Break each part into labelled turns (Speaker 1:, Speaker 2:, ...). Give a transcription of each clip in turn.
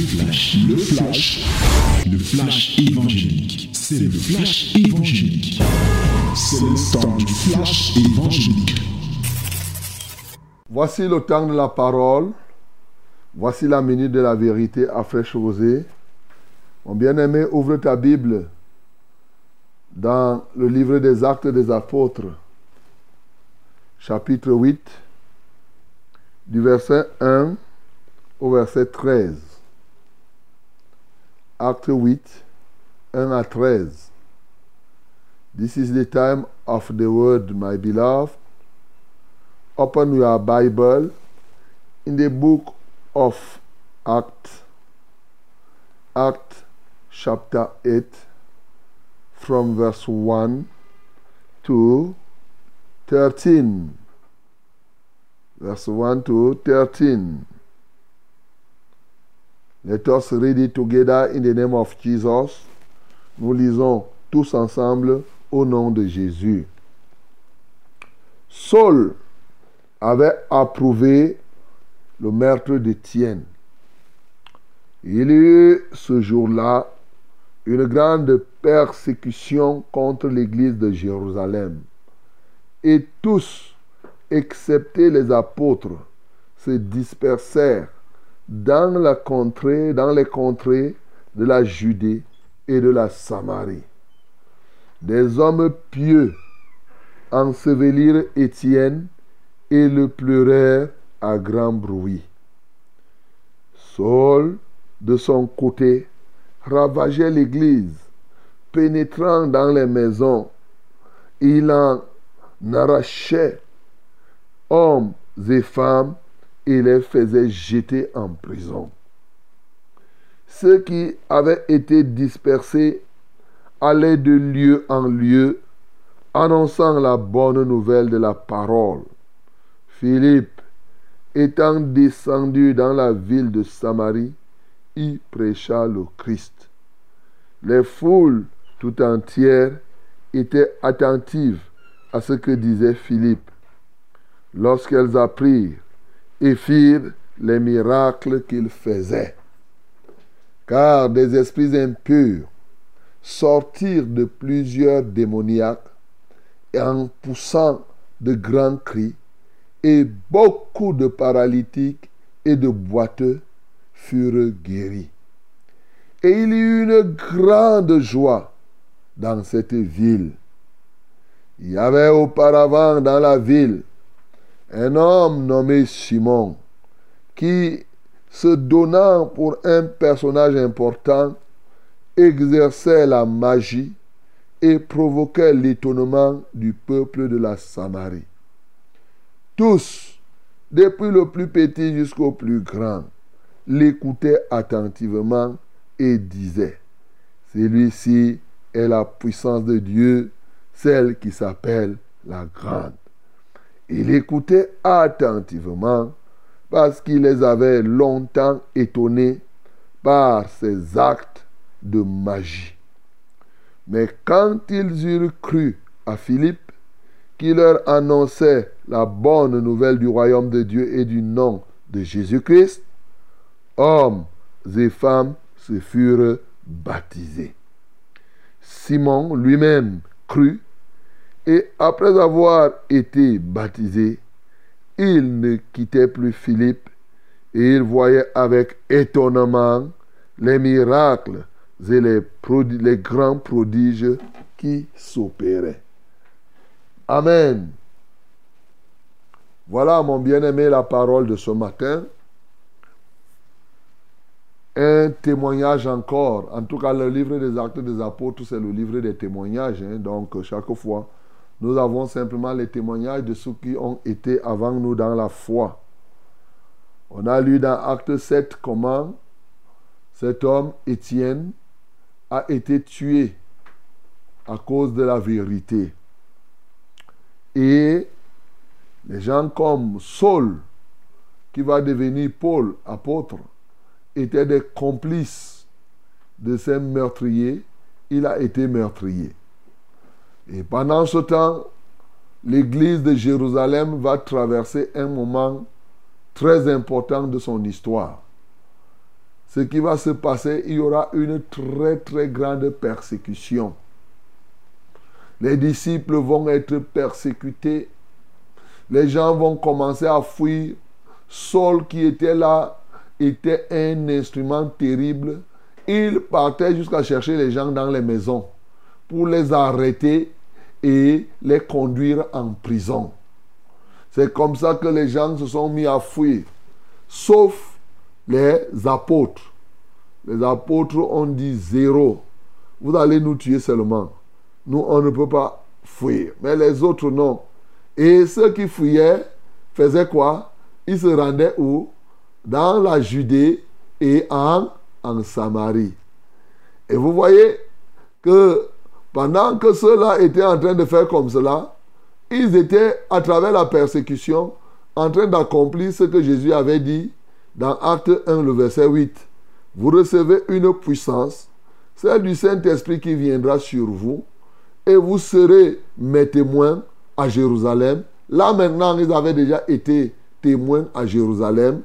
Speaker 1: Le flash évangélique. C'est le flash évangélique. C'est le temps du flash évangélique.
Speaker 2: Voici le temps de la parole. Voici la minute de la vérité à fraîche rosée. Mon bien-aimé, ouvre ta Bible dans le livre des Actes des Apôtres, chapitre 8, du verset 1 au verset 13. Acte 8, 1 à 13. This is the time of the word, my beloved. Open your Bible in the book of Acts, chapter 8, from verse 1 to 13. Verse 1 to 13. Let us read it together in the name of Jesus. Nous lisons tous ensemble au nom de Jésus. Saul avait approuvé le meurtre d'Étienne. Il y eut ce jour-là une grande persécution contre l'église de Jérusalem. Et tous, excepté les apôtres, se dispersèrent dans les contrées de la Judée et de la Samarie. Des hommes pieux ensevelirent Étienne et le pleurèrent à grand bruit. Saul, de son côté, ravageait l'église, pénétrant dans les maisons. Il en arrachait hommes et femmes et les faisait jeter en prison. Ceux qui avaient été dispersés allaient de lieu en lieu, annonçant la bonne nouvelle de la parole. Philippe, étant descendu dans la ville de Samarie, y prêcha le Christ. Les foules tout entières étaient attentives à ce que disait Philippe. Lorsqu'elles apprirent et firent les miracles qu'il faisait. Car des esprits impurs sortirent de plusieurs démoniaques et en poussant de grands cris, et beaucoup de paralytiques et de boiteux furent guéris. Et il y eut une grande joie dans cette ville. Il y avait auparavant dans la ville un homme nommé Simon, qui, se donnant pour un personnage important, exerçait la magie et provoquait l'étonnement du peuple de la Samarie. Tous, depuis le plus petit jusqu'au plus grand, l'écoutaient attentivement et disaient: celui-ci est la puissance de Dieu, celle qui s'appelle la grande. Il écoutait attentivement parce qu'il les avait longtemps étonnés par ses actes de magie. Mais quand ils eurent cru à Philippe, qui leur annonçait la bonne nouvelle du royaume de Dieu et du nom de Jésus-Christ, hommes et femmes se furent baptisés. Simon lui-même crut, et après avoir été baptisé, il ne quittait plus Philippe, et il voyait avec étonnement les miracles et les grands prodiges qui s'opéraient. Amen. Voilà, mon bien-aimé, la parole de ce matin. Un témoignage encore. En tout cas, le livre des Actes des Apôtres, c'est le livre des témoignages. Donc, chaque fois, nous avons simplement les témoignages de ceux qui ont été avant nous dans la foi. On a lu dans Acte 7 comment cet homme, Étienne, a été tué à cause de la vérité. Et les gens comme Saul, qui va devenir Paul, apôtre, étaient des complices de ces meurtriers. Il a été meurtrier. Et pendant ce temps, l'église de Jérusalem va traverser un moment très important de son histoire. ce qui va se passer, il y aura une très très grande persécution. Les disciples vont être persécutés. Les gens vont commencer à fuir. Saul qui était là était un instrument terrible. Il partait jusqu'à chercher les gens dans les maisons pour les arrêter et les conduire en prison. C'est comme ça que les gens se sont mis à fuir. Sauf les apôtres. Les apôtres ont dit zéro. Vous allez nous tuer seulement. Nous, on ne peut pas fuir. Mais les autres, non. Et ceux qui fuyaient faisaient quoi? Ils se rendaient où? Dans la Judée et en Samarie. Et vous voyez que pendant que ceux-là étaient en train de faire comme cela, ils étaient, à travers la persécution, en train d'accomplir ce que Jésus avait dit dans Acte 1, le verset 8. Vous recevez une puissance, celle du Saint-Esprit qui viendra sur vous, et vous serez mes témoins à Jérusalem. Là maintenant, ils avaient déjà été témoins à Jérusalem.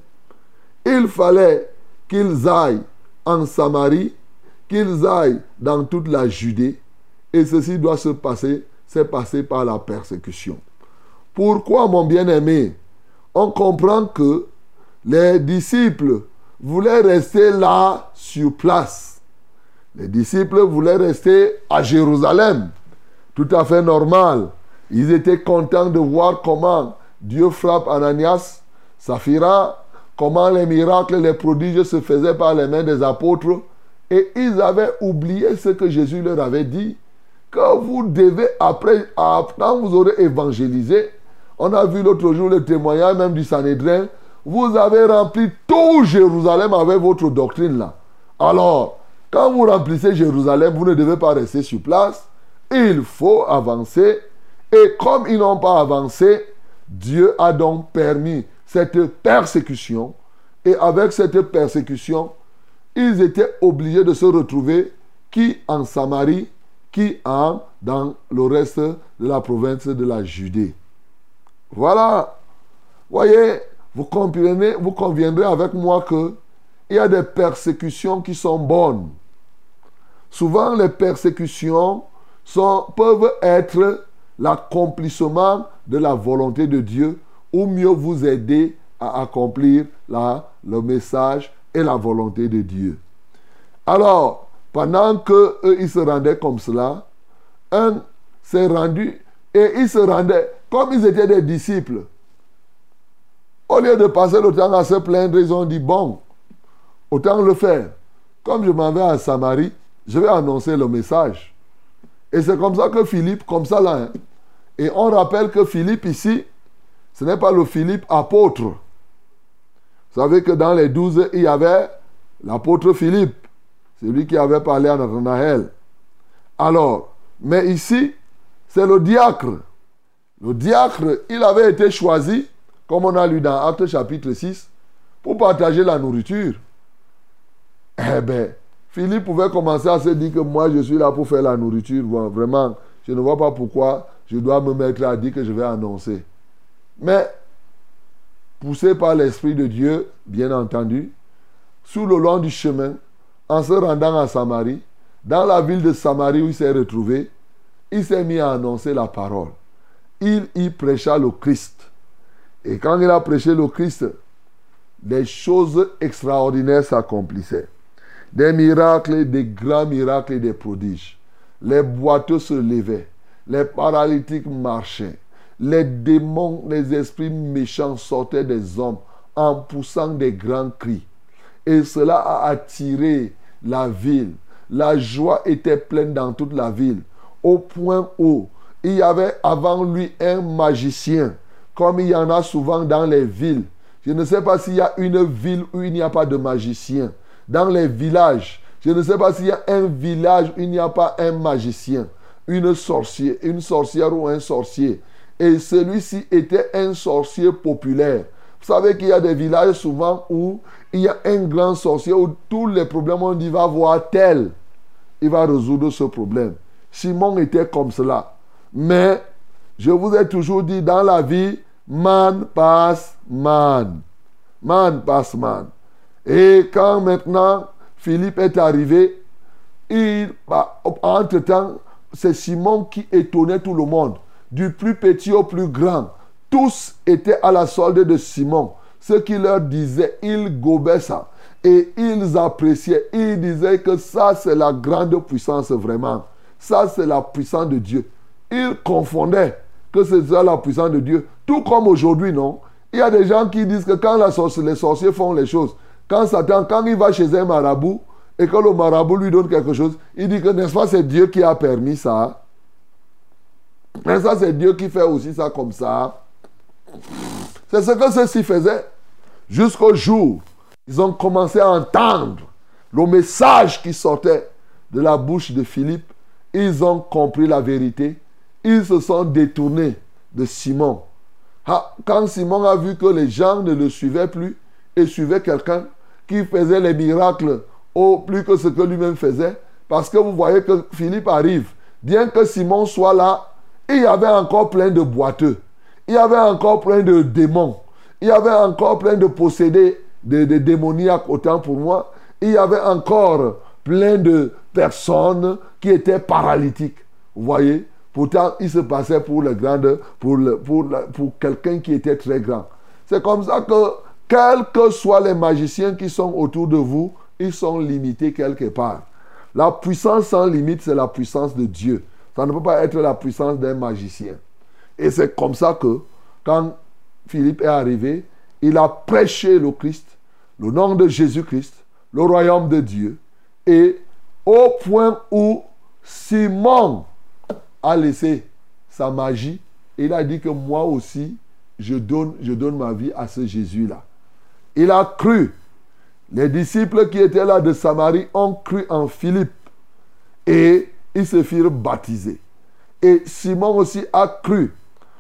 Speaker 2: Il fallait qu'ils aillent en Samarie, qu'ils aillent dans toute la Judée, et ceci doit se passer, c'est passé par la persécution. Pourquoi, mon bien-aimé? On comprend que les disciples voulaient rester là sur place. Les disciples voulaient rester à Jérusalem. Tout à fait normal. Ils étaient contents de voir comment Dieu frappe Ananias, Saphira, comment les miracles, les prodiges se faisaient par les mains des apôtres. Et ils avaient oublié ce que Jésus leur avait dit, que vous devez, après, quand vous aurez évangélisé, on a vu l'autre jour le témoignage même du Sanhédrin, vous avez rempli tout Jérusalem avec votre doctrine là. Alors, quand vous remplissez Jérusalem, vous ne devez pas rester sur place. Il faut avancer. Et comme ils n'ont pas avancé, Dieu a donc permis cette persécution. Et avec cette persécution, ils étaient obligés de se retrouver qui en Samarie, qui dans le reste de la province de la Judée. Voilà. Voyez, vous comprenez, vous conviendrez avec moi que il y a des persécutions qui sont bonnes. Souvent, les persécutions peuvent être l'accomplissement de la volonté de Dieu ou mieux vous aider à accomplir le message et la volonté de Dieu. Alors, pendant qu'ils se rendaient comme cela, un s'est rendu et ils se rendaient comme ils étaient des disciples. Au lieu de passer le temps à se plaindre, ils ont dit, bon, autant le faire. Comme je m'en vais à Samarie, je vais annoncer le message. Et c'est comme ça que Philippe, comme ça là. Hein. Et on rappelle que Philippe ici, ce n'est pas le Philippe apôtre. Vous savez que dans les 12, il y avait l'apôtre Philippe. C'est lui qui avait parlé à Nathanaël. Alors, mais ici, c'est le diacre. Le diacre, il avait été choisi, comme on a lu dans Actes chapitre 6, pour partager la nourriture. Eh bien, Philippe pouvait commencer à se dire que moi, je suis là pour faire la nourriture. Bon, vraiment, je ne vois pas pourquoi je dois me mettre à dire que je vais annoncer. Mais, poussé par l'Esprit de Dieu, bien entendu, sur le long du chemin, en se rendant à Samarie, dans la ville de Samarie où il s'est retrouvé, il s'est mis à annoncer la parole. Il y prêcha le Christ. Et quand il a prêché le Christ, des choses extraordinaires s'accomplissaient. Des miracles, des grands miracles et des prodiges. Les boiteux se levaient. Les paralytiques marchaient. Les démons, les esprits méchants sortaient des hommes en poussant des grands cris. Et cela a attiré la ville. La joie était pleine dans toute la ville. Au point où il y avait avant lui un magicien, comme il y en a souvent dans les villes. Je ne sais pas s'il y a une ville où il n'y a pas de magicien. Dans les villages, je ne sais pas s'il y a un village où il n'y a pas un magicien, une sorcière ou un sorcier. Et celui-ci était un sorcier populaire. Vous savez qu'il y a des villages souvent où il y a un grand sorcier, où tous les problèmes, on dit, va voir tel. Il va résoudre ce problème. Simon était comme cela. Mais, je vous ai toujours dit, dans la vie, man passe man. Man passe man. Et quand maintenant Philippe est arrivé, entre-temps, c'est Simon qui étonnait tout le monde. Du plus petit au plus grand. Tous étaient à la solde de Simon. Ce qu'il leur disait, ils gobaient ça. Et ils appréciaient. Ils disaient que ça, c'est la grande puissance vraiment. Ça, c'est la puissance de Dieu. Ils confondaient que c'est ça la puissance de Dieu. Tout comme aujourd'hui, non? Il y a des gens qui disent que quand les sorciers font les choses, quand Satan, quand il va chez un marabout, et que le marabout lui donne quelque chose, il dit que n'est-ce pas c'est Dieu qui a permis ça? N'est-ce pas c'est Dieu qui fait aussi ça comme ça? C'est ce que ceux-ci faisaient. Jusqu'au jour, ils ont commencé à entendre le message qui sortait de la bouche de Philippe. Ils ont compris la vérité. Ils se sont détournés de Simon. Quand Simon a vu que les gens ne le suivaient plus et suivaient quelqu'un qui faisait les miracles au plus que ce que lui-même faisait, parce que vous voyez que Philippe arrive, bien que Simon soit là, il y avait encore plein de boiteux, il y avait encore plein de démons, il y avait encore plein de possédés, de démoniaques autant pour moi, il y avait encore plein de personnes qui étaient paralytiques, vous voyez. Pourtant, il se passait pour quelqu'un qui était très grand. C'est comme ça que, quels que soient les magiciens qui sont autour de vous, ils sont limités quelque part. La puissance sans limite, c'est la puissance de Dieu. Ça ne peut pas être la puissance d'un magicien. Et c'est comme ça que, quand Philippe est arrivé, il a prêché le Christ, le nom de Jésus-Christ, le royaume de Dieu, et au point où Simon a laissé sa magie, et il a dit que moi aussi, je donne ma vie à ce Jésus-là. Il a cru. Les disciples qui étaient là de Samarie ont cru en Philippe et ils se firent baptiser. Et Simon aussi a cru.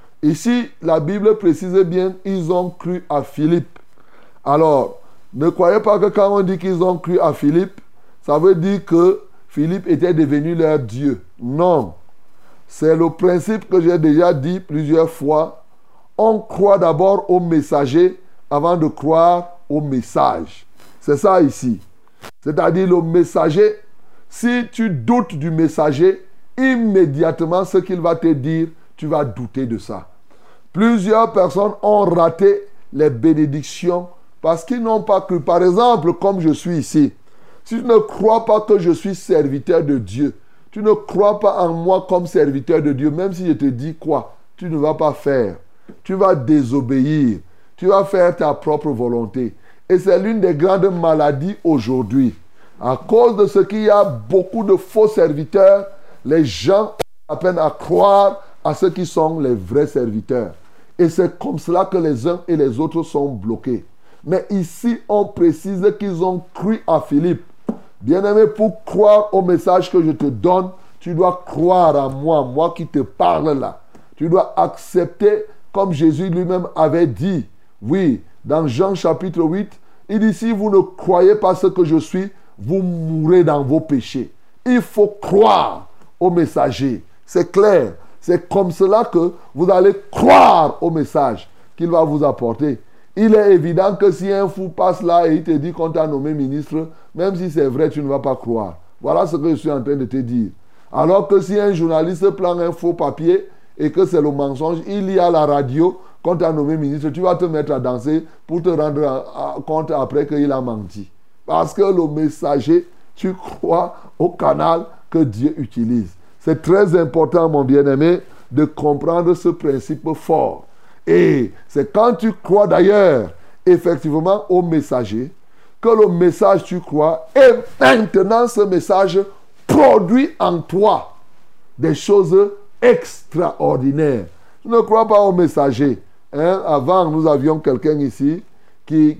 Speaker 2: Ici, la Bible précise bien, ils ont cru à Philippe. Alors, ne croyez pas que quand on dit qu'ils ont cru à Philippe, ça veut dire que Philippe était devenu leur Dieu. Non. C'est le principe que j'ai déjà dit plusieurs fois. On croit d'abord au messager avant de croire au message. C'est ça ici. C'est-à-dire le messager, si tu doutes du messager, immédiatement ce qu'il va te dire, tu vas douter de ça. Plusieurs personnes ont raté les bénédictions parce qu'ils n'ont pas cru. Par exemple, comme je suis ici, si tu ne crois pas que je suis serviteur de Dieu, tu ne crois pas en moi comme serviteur de Dieu, même si je te dis quoi, tu ne vas pas faire. Tu vas désobéir. Tu vas faire ta propre volonté. Et c'est l'une des grandes maladies aujourd'hui. À cause de ce qu'il y a beaucoup de faux serviteurs, les gens ont à peine à croire à ceux qui sont les vrais serviteurs. Et c'est comme cela que les uns et les autres sont bloqués. Mais ici, on précise qu'ils ont cru à Philippe. Bien-aimé, pour croire au message que je te donne, tu dois croire à moi, moi qui te parle là. Tu dois accepter, comme Jésus lui-même avait dit. Oui, dans Jean chapitre 8, il dit, si vous ne croyez pas ce que je suis, vous mourrez dans vos péchés. Il faut croire au messager. C'est clair. C'est comme cela que vous allez croire au message qu'il va vous apporter. Il est évident que si un fou passe là et il te dit qu'on t'a nommé ministre, même si c'est vrai, tu ne vas pas croire. Voilà ce que je suis en train de te dire. Alors que si un journaliste prend un faux papier et que c'est le mensonge, il y a la radio qu'on t'a nommé ministre, tu vas te mettre à danser pour te rendre compte après qu'il a menti. Parce que le messager, tu crois au canal que Dieu utilise. C'est très important, mon bien-aimé, de comprendre ce principe fort. Et c'est quand tu crois d'ailleurs, effectivement, au messager, que le message tu crois, et maintenant ce message produit en toi des choses extraordinaires. Tu ne crois pas au messager. Hein? Avant, nous avions quelqu'un ici qui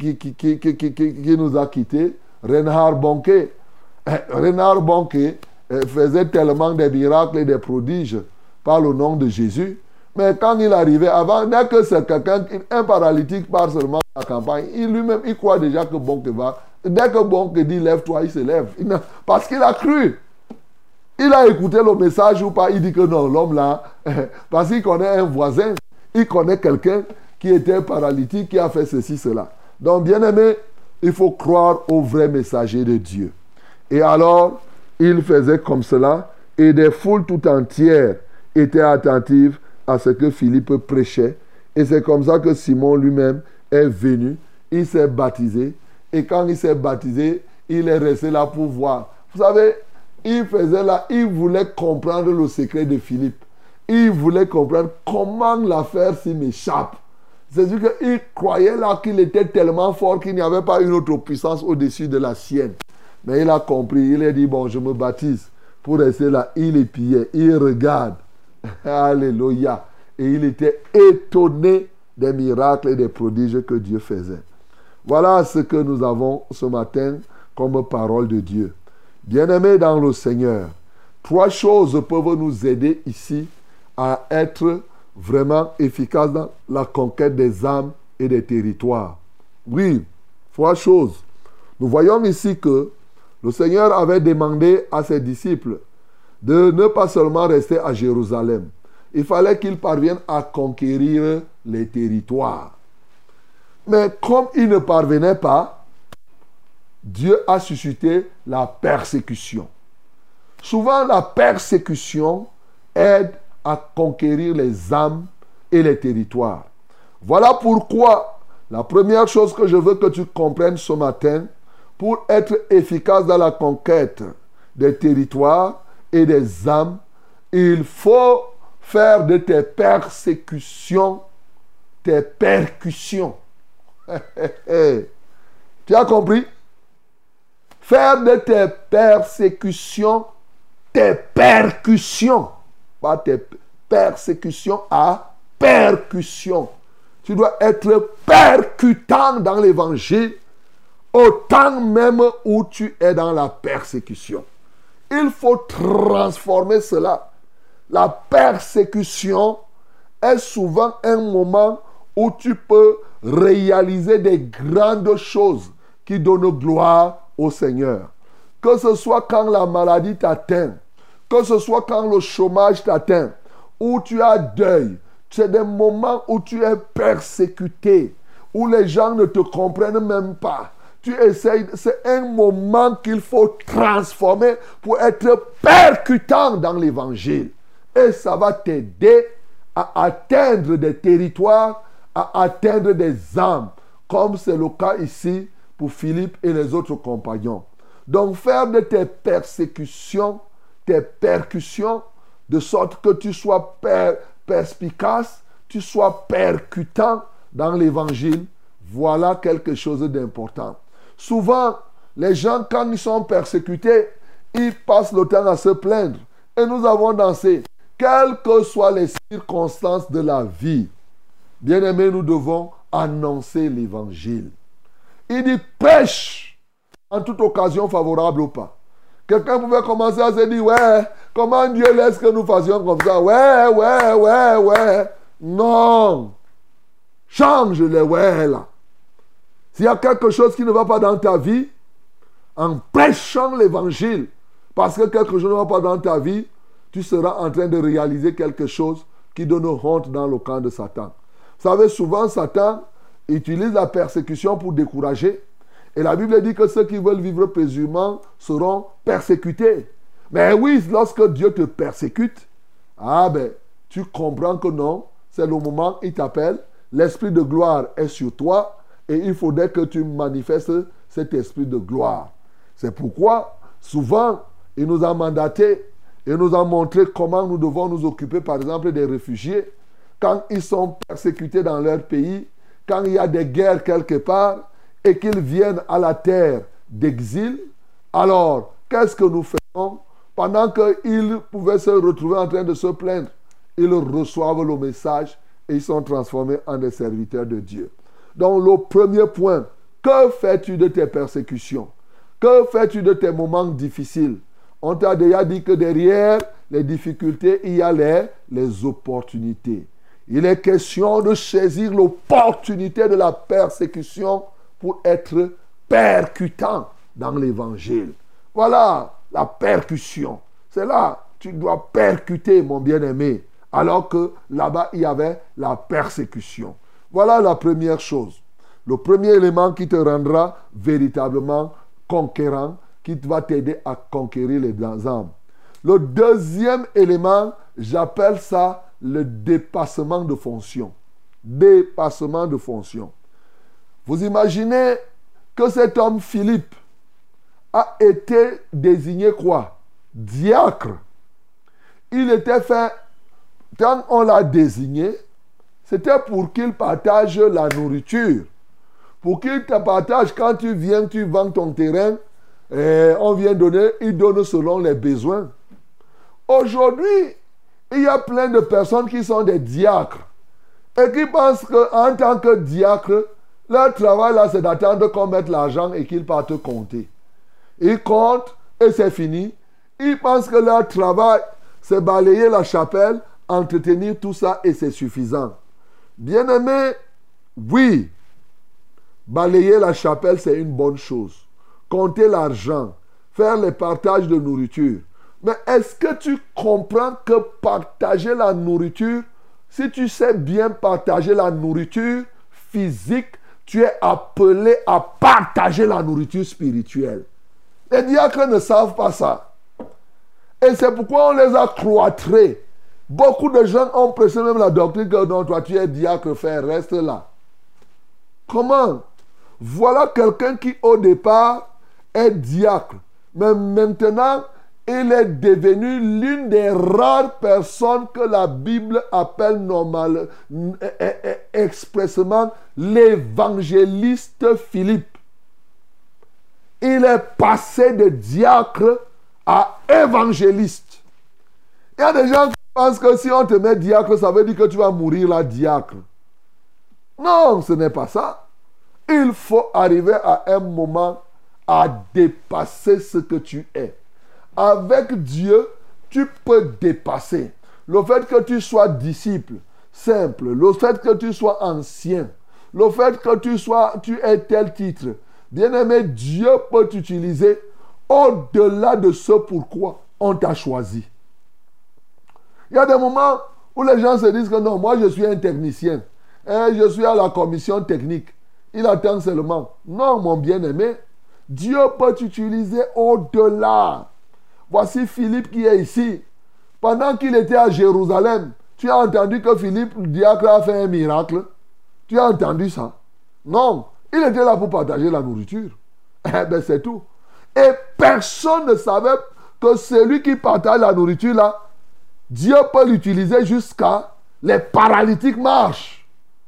Speaker 2: nous a quittés, Reinhard Bonnke. Reinhard Bonnke faisait tellement de miracles et de prodiges par le nom de Jésus. Mais quand il arrivait, avant, dès que c'est quelqu'un, un paralytique part seulement à la campagne, il lui-même, il croit déjà que Bonnke va. Dès que Bonnke dit lève-toi, il se lève. Parce qu'il a cru. Il a écouté le message ou pas, il dit que non, l'homme là, parce qu'il connaît un voisin, il connaît quelqu'un qui était paralytique, qui a fait ceci, cela. Donc, bien aimé, il faut croire au vrai messager de Dieu. Et alors, il faisait comme cela, et des foules tout entières étaient attentives à ce que Philippe prêchait. Et c'est comme ça que Simon lui-même est venu, il s'est baptisé, et quand il s'est baptisé, il est resté là pour voir. Vous savez, il faisait là, il voulait comprendre le secret de Philippe. Il voulait comprendre comment l'affaire s'y m'échappe. C'est-à-dire qu'il croyait là qu'il était tellement fort qu'il n'y avait pas une autre puissance au-dessus de la sienne. Mais il a compris, il a dit, bon, je me baptise. Pour rester là, il épiait, il regarde. Alléluia. Et il était étonné des miracles et des prodiges que Dieu faisait. Voilà ce que nous avons ce matin comme parole de Dieu. Bien-aimés dans le Seigneur, 3 choses peuvent nous aider ici à être vraiment efficaces dans la conquête des âmes et des territoires. Oui, 3 choses. Nous voyons ici que le Seigneur avait demandé à ses disciples de ne pas seulement rester à Jérusalem. Il fallait qu'ils parviennent à conquérir les territoires. Mais comme ils ne parvenaient pas, Dieu a suscité la persécution. Souvent, la persécution aide à conquérir les âmes et les territoires. Voilà pourquoi la première chose que je veux que tu comprennes ce matin, pour être efficace dans la conquête des territoires et des âmes, il faut faire de tes persécutions tes percussions. Tu as compris? Faire de tes persécutions tes percussions. Pas tes persécutions à percussion. Tu dois être percutant dans l'évangile autant même où tu es dans la persécution. Il faut transformer cela. La persécution est souvent un moment où tu peux réaliser des grandes choses qui donnent gloire au Seigneur. Que ce soit quand la maladie t'atteint, que ce soit quand le chômage t'atteint, où tu as deuil, c'est des moments où tu es persécuté, où les gens ne te comprennent même pas. Tu essayes, c'est un moment qu'il faut transformer pour être percutant dans l'évangile. Et ça va t'aider à atteindre des territoires, à atteindre des âmes, comme c'est le cas ici pour Philippe et les autres compagnons. Donc faire de tes persécutions, tes percussions, de sorte que tu sois perspicace, tu sois percutant dans l'évangile, voilà quelque chose d'important. Souvent, les gens, quand ils sont persécutés, ils passent le temps à se plaindre. Et nous avons dansé. Quelles que soient les circonstances de la vie, bien-aimés, nous devons annoncer l'évangile. Il dit prêche en toute occasion favorable ou pas. Quelqu'un pouvait commencer à se dire, ouais, comment Dieu laisse que nous fassions comme ça? Ouais. Non. Change les ouais là. S'il y a quelque chose qui ne va pas dans ta vie, en prêchant l'évangile, parce que quelque chose ne va pas dans ta vie, tu seras en train de réaliser quelque chose qui donne honte dans le camp de Satan. Vous savez, souvent Satan utilise la persécution pour décourager. Et la Bible dit que ceux qui veulent vivre paisiblement seront persécutés. Mais oui, lorsque Dieu te persécute, tu comprends que non, c'est le moment où il t'appelle, l'esprit de gloire est sur toi, et il faudrait que tu manifestes cet esprit de gloire. C'est pourquoi, souvent, il nous a mandatés et nous a montré comment nous devons nous occuper, par exemple, des réfugiés. Quand ils sont persécutés dans leur pays, quand il y a des guerres quelque part, et qu'ils viennent à la terre d'exil, alors, qu'est-ce que nous faisons? Pendant qu'ils pouvaient se retrouver en train de se plaindre, ils reçoivent le message et ils sont transformés en des serviteurs de Dieu. Donc, le premier point, que fais-tu de tes persécutions? Que fais-tu de tes moments difficiles? On t'a déjà dit que derrière les difficultés, il y a les opportunités. Il est question de saisir l'opportunité de la persécution pour être percutant dans l'évangile. Voilà la percussion. C'est là, tu dois percuter, mon bien-aimé, alors que là-bas, il y avait la persécution. Voilà la première chose. Le premier élément qui te rendra véritablement conquérant, qui va t'aider à conquérir les âmes. Le deuxième élément, j'appelle ça le dépassement de fonction. Dépassement de fonction. Vous imaginez que cet homme Philippe a été désigné quoi? Diacre. Il était fait, quand on l'a désigné, c'était pour qu'il partage la nourriture. Pour qu'il te partage, quand tu viens, tu vends ton terrain, et on vient donner, il donne selon les besoins. Aujourd'hui, il y a plein de personnes qui sont des diacres et qui pensent qu'en tant que diacre, leur travail là, c'est d'attendre qu'on mette l'argent et qu'ils partent compter. Ils comptent et c'est fini. Ils pensent que leur travail, c'est balayer la chapelle, entretenir tout ça et c'est suffisant. Bien-aimé, oui, balayer la chapelle, c'est une bonne chose. Compter l'argent, faire les partages de nourriture. Mais est-ce que tu comprends que partager la nourriture, si tu sais bien partager la nourriture physique, tu es appelé à partager la nourriture spirituelle. Les diacres ne savent pas ça. Et c'est pourquoi on les a cloîtrés. Beaucoup de gens ont pressé même la doctrine que non, toi tu es diacre, frère, reste là. Comment? Voilà quelqu'un qui au départ est diacre. Mais maintenant, il est devenu l'une des rares personnes que la Bible appelle expressément l'évangéliste Philippe. Il est passé de diacre à évangéliste. Il y a des gens qui pensent que si on te met diacre, ça veut dire que tu vas mourir là, diacre. Non, ce n'est pas ça. Il faut arriver à un moment à dépasser ce que tu es. Avec Dieu, tu peux dépasser. Le fait que tu sois disciple, simple, le fait que tu sois ancien, le fait que tu aies tel titre, bien-aimé, Dieu peut t'utiliser au-delà de ce pourquoi on t'a choisi. Il y a des moments où les gens se disent que non, moi je suis un technicien, et je suis à la commission technique. Il attend seulement. Non, mon bien-aimé, Dieu peut t'utiliser au-delà. Voici Philippe qui est ici. Pendant qu'il était à Jérusalem, tu as entendu que Philippe, le diacre, a fait un miracle? Tu as entendu ça? Non. Il était là pour partager la nourriture. Eh bien, c'est tout. Et personne ne savait que celui qui partage la nourriture là, Dieu peut l'utiliser jusqu'à les paralytiques marchent.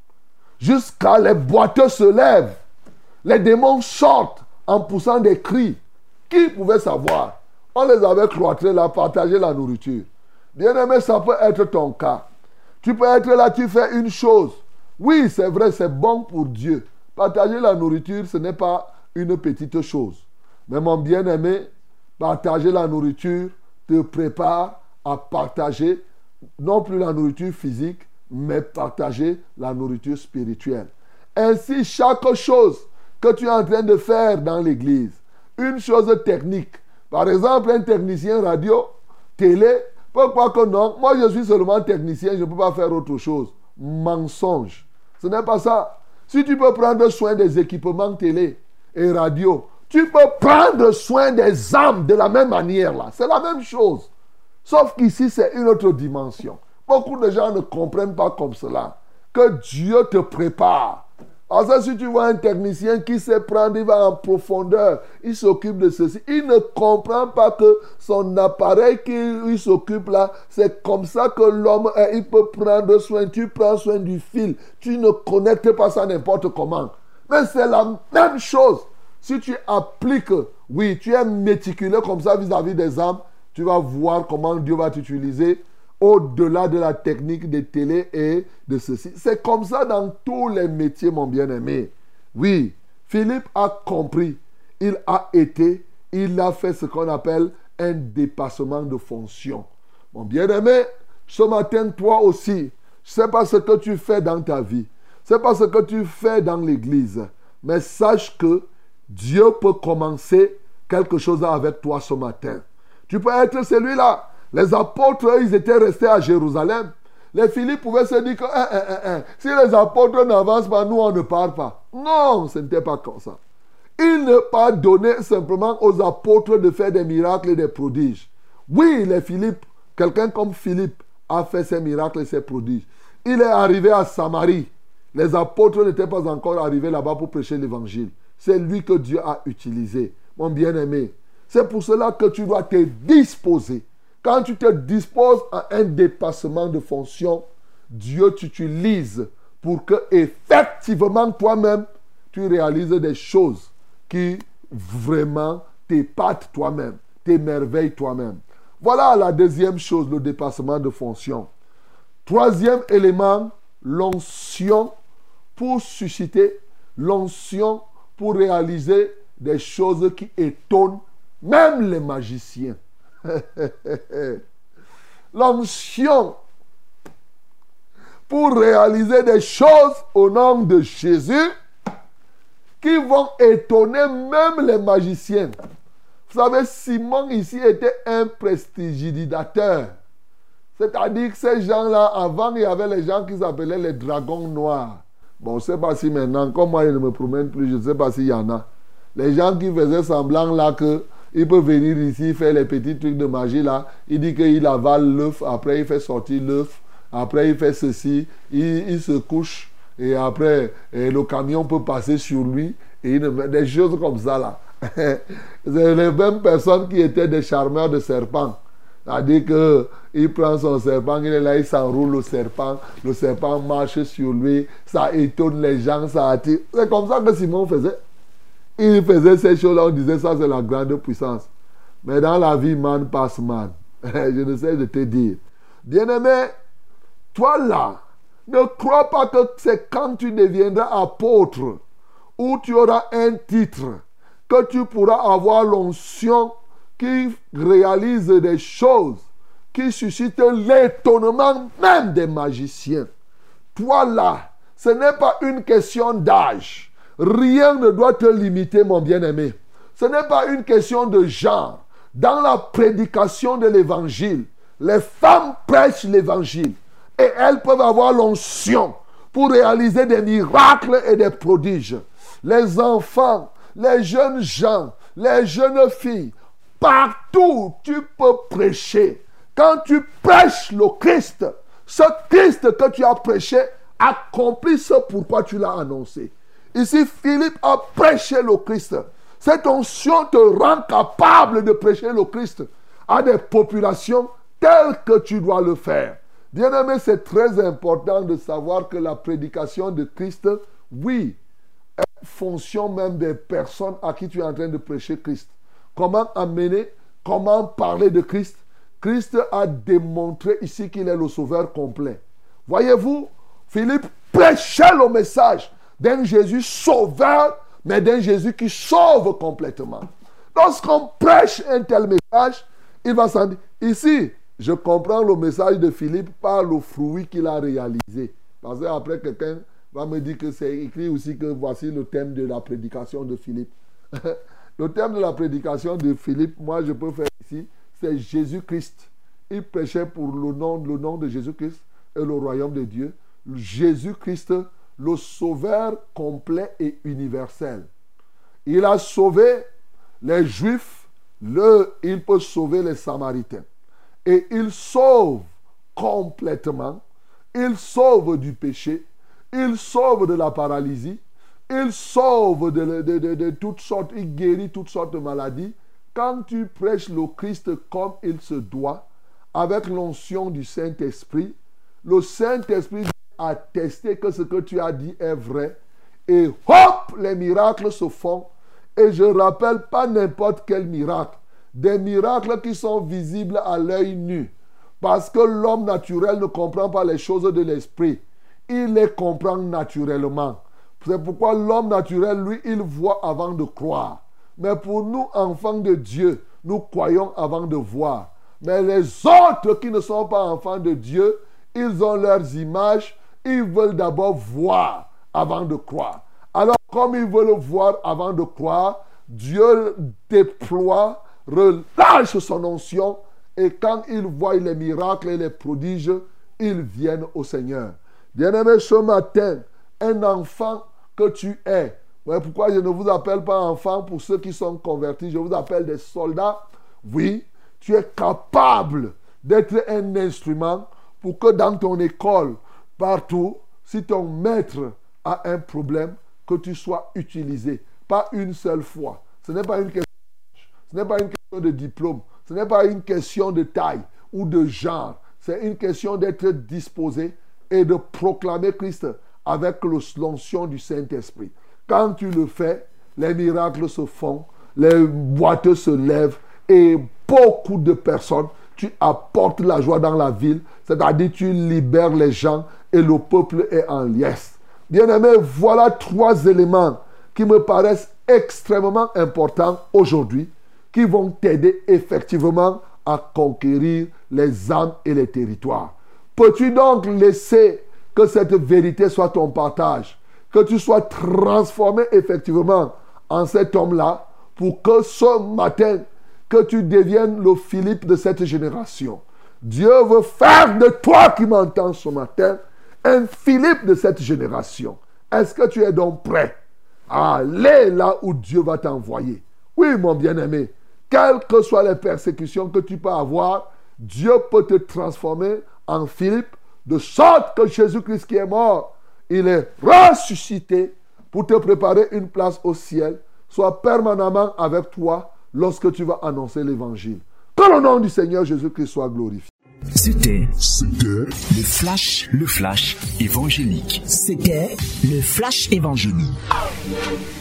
Speaker 2: Jusqu'à les boiteux se lèvent. Les démons sortent en poussant des cris. Qui pouvait savoir? On les avait cloîtrés là, partager la nourriture. Bien-aimé, ça peut être ton cas. Tu peux être là, tu fais une chose. Oui, c'est vrai, c'est bon pour Dieu. Partager la nourriture, ce n'est pas une petite chose. Mais mon bien-aimé, partager la nourriture te prépare à partager non plus la nourriture physique, mais partager la nourriture spirituelle. Ainsi, chaque chose que tu es en train de faire dans l'église, une chose technique, par exemple, un technicien radio, télé, pourquoi que non? Moi, je suis seulement technicien, je ne peux pas faire autre chose. Mensonge. Ce n'est pas ça. Si tu peux prendre soin des équipements télé et radio, tu peux prendre soin des âmes de la même manière là. C'est la même chose. Sauf qu'ici, c'est une autre dimension. Beaucoup de gens ne comprennent pas comme cela. Que Dieu te prépare. Parce que si tu vois un technicien qui sait prendre, il va en profondeur, il s'occupe de ceci. Il ne comprend pas que son appareil qu'il s'occupe là, c'est comme ça que l'homme, il peut prendre soin. Tu prends soin du fil. Tu ne connectes pas ça n'importe comment. Mais c'est la même chose. Si tu appliques, oui, tu es méticuleux comme ça vis-à-vis des âmes, tu vas voir comment Dieu va t'utiliser au-delà de la technique de télé et de ceci. C'est comme ça dans tous les métiers, mon bien-aimé. Oui, Philippe a compris. Il a fait ce qu'on appelle un dépassement de fonction. Mon bien-aimé, ce matin, toi aussi, je ne sais pas ce que tu fais dans ta vie. Ce n'est pas ce que tu fais dans l'église. Mais sache que Dieu peut commencer quelque chose avec toi ce matin. Tu peux être celui-là. Les apôtres, ils étaient restés à Jérusalem. Les Philippe pouvaient se dire que si les apôtres n'avancent pas, nous on ne part pas. Non, ce n'était pas comme ça. Il n'a pas donné simplement aux apôtres de faire des miracles et des prodiges. Oui, les Philippe, quelqu'un comme Philippe a fait ces miracles et ces prodiges. Il est arrivé à Samarie. Les apôtres n'étaient pas encore arrivés là-bas pour prêcher l'évangile. C'est lui que Dieu a utilisé. Mon bien-aimé, c'est pour cela que tu dois te disposer. Quand tu te disposes à un dépassement de fonction, Dieu t'utilise pour que effectivement toi-même, tu réalises des choses qui vraiment t'épatent toi-même, t'émerveillent toi-même. Voilà la deuxième chose, le dépassement de fonction. Troisième élément, l'onction pour susciter, l'onction pour réaliser des choses qui étonnent même les magiciens. L'onction pour réaliser des choses au nom de Jésus qui vont étonner même les magiciens. Vous savez, Simon ici était un prestidigitateur. C'est-à-dire que ces gens-là, avant, il y avait les gens qui s'appelaient les dragons noirs. Bon, je ne sais pas si maintenant, comme moi, je ne me promène plus, je ne sais pas s'il y en a. Les gens qui faisaient semblant là qu'il peut venir ici faire les petits trucs de magie là. Il dit qu'il avale l'œuf, après il fait sortir l'œuf, après il fait ceci, il se couche et après le camion peut passer sur lui et des choses comme ça là. C'est les mêmes personnes qui étaient des charmeurs de serpents. C'est-à-dire qu'il prend son serpent, il est là, il s'enroule le serpent marche sur lui, ça étonne les gens, ça attire. C'est comme ça que Simon faisait. Il faisait ces choses-là, on disait ça c'est la grande puissance. Mais dans la vie, man passe man. Je ne sais de te dire. Bien-aimé, toi là, ne crois pas que c'est quand tu deviendras apôtre ou tu auras un titre que tu pourras avoir l'onction qui réalise des choses qui suscitent l'étonnement même des magiciens. Toi là, ce n'est pas une question d'âge. Rien ne doit te limiter, mon bien-aimé. Ce n'est pas une question de genre. Dans la prédication de l'évangile, les femmes prêchent l'évangile et elles peuvent avoir l'onction pour réaliser des miracles et des prodiges. Les enfants, les jeunes gens, les jeunes filles, partout tu peux prêcher. Quand tu prêches le Christ, ce Christ que tu as prêché accomplit ce pourquoi tu l'as annoncé. Ici, Philippe a prêché le Christ. Cette onction te rend capable de prêcher le Christ à des populations telles que tu dois le faire. Bien-aimé, c'est très important de savoir que la prédication de Christ, oui, est fonction même des personnes à qui tu es en train de prêcher Christ. Comment amener, comment parler de Christ? Christ a démontré ici qu'il est le sauveur complet. Voyez-vous, Philippe prêchait le message d'un Jésus sauveur, mais d'un Jésus qui sauve complètement. Lorsqu'on prêche un tel message, il va s'en dire, ici, je comprends le message de Philippe par le fruit qu'il a réalisé. Parce qu'après, quelqu'un va me dire que c'est écrit aussi que voici le thème de la prédication de Philippe. Le thème de la prédication de Philippe, moi je peux faire ici, c'est Jésus-Christ. Il prêchait pour le nom de Jésus-Christ et le royaume de Dieu. Jésus-Christ, le sauveur complet et universel. Il a sauvé les Juifs, il peut sauver les Samaritains. Et il sauve complètement, il sauve du péché, il sauve de la paralysie, il sauve de toutes sortes, il guérit toutes sortes de maladies. Quand tu prêches le Christ comme il se doit, avec l'onction du Saint-Esprit, le Saint-Esprit attester que ce que tu as dit est vrai. Et hop, les miracles se font. Et je rappelle pas n'importe quel miracle. Des miracles qui sont visibles à l'œil nu. Parce que l'homme naturel ne comprend pas les choses de l'esprit. Il les comprend naturellement. C'est pourquoi l'homme naturel, lui, il voit avant de croire. Mais pour nous, enfants de Dieu, nous croyons avant de voir. Mais les autres qui ne sont pas enfants de Dieu, ils ont leurs images. Ils veulent d'abord voir avant de croire. Alors, comme ils veulent voir avant de croire, Dieu déploie, relâche son onction. Et quand ils voient les miracles et les prodiges, ils viennent au Seigneur. Bien-aimé, ce matin, un enfant que tu es. Ouais, pourquoi je ne vous appelle pas enfant pour ceux qui sont convertis, je vous appelle des soldats. Oui, tu es capable d'être un instrument pour que dans ton école, partout, si ton maître a un problème, que tu sois utilisé. Pas une seule fois. Ce n'est pas une question de diplôme. Ce n'est pas une question de taille ou de genre. C'est une question d'être disposé et de proclamer Christ avec l'onction du Saint-Esprit. Quand tu le fais, les miracles se font, les boiteux se lèvent et beaucoup de personnes, tu apportes la joie dans la ville, c'est-à-dire tu libères les gens et le peuple est en liesse. Bien-aimé, voilà 3 éléments qui me paraissent extrêmement importants aujourd'hui, qui vont t'aider effectivement à conquérir les âmes et les territoires. Peux-tu donc laisser que cette vérité soit ton partage, que tu sois transformé effectivement en cet homme-là, pour que ce matin, que tu deviennes le Philippe de cette génération. Dieu veut faire de toi qui m'entends ce matin un Philippe de cette génération. Est-ce que tu es donc prêt à aller là où Dieu va t'envoyer? Oui, mon bien-aimé, quelles que soient les persécutions que tu peux avoir, Dieu peut te transformer en Philippe, de sorte que Jésus-Christ qui est mort, il est ressuscité pour te préparer une place au ciel, soit permanemment avec toi lorsque tu vas annoncer l'évangile. Que le nom du Seigneur Jésus-Christ soit glorifié.
Speaker 3: C'était le flash évangélique.
Speaker 4: C'était le flash évangélique.